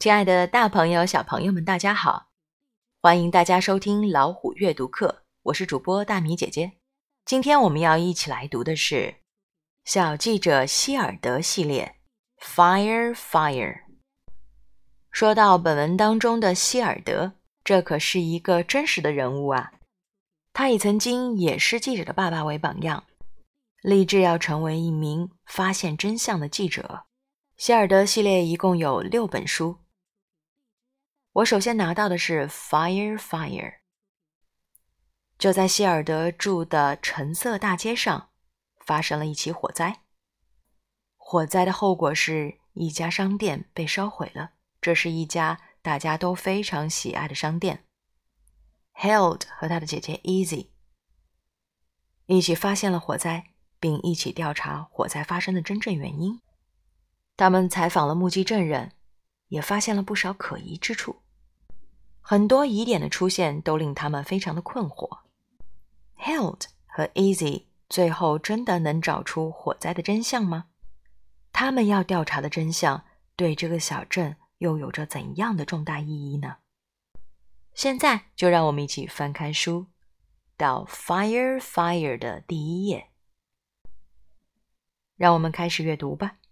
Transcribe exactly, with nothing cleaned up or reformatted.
亲爱的大朋友小朋友们大家好，欢迎大家收听老虎阅读课，我是主播大米姐姐。今天我们要一起来读的是小记者希尔德系列 Fire Fire。 说到本文当中的希尔德，这可是一个真实的人物啊，他以曾经野狮记者的爸爸为榜样，立志要成为一名发现真相的记者。希尔德系列一共有六本书，我首先拿到的是 Fire Fire。 就在希尔德住的橙色大街上发生了一起火灾，火灾的后果是一家商店被烧毁了，这是一家大家都非常喜爱的商店。 Harold 和他的姐姐 Easy 一起发现了火灾，并一起调查火灾发生的真正原因。他们采访了目击证人，也发现了不少可疑之处，很多疑点的出现都令他们非常的困惑。 Harold 和 Easy 最后真的能找出火灾的真相吗？他们要调查的真相对这个小镇又有着怎样的重大意义呢？现在就让我们一起翻开书，到 Fire Fire 的第一页，让我们开始阅读吧。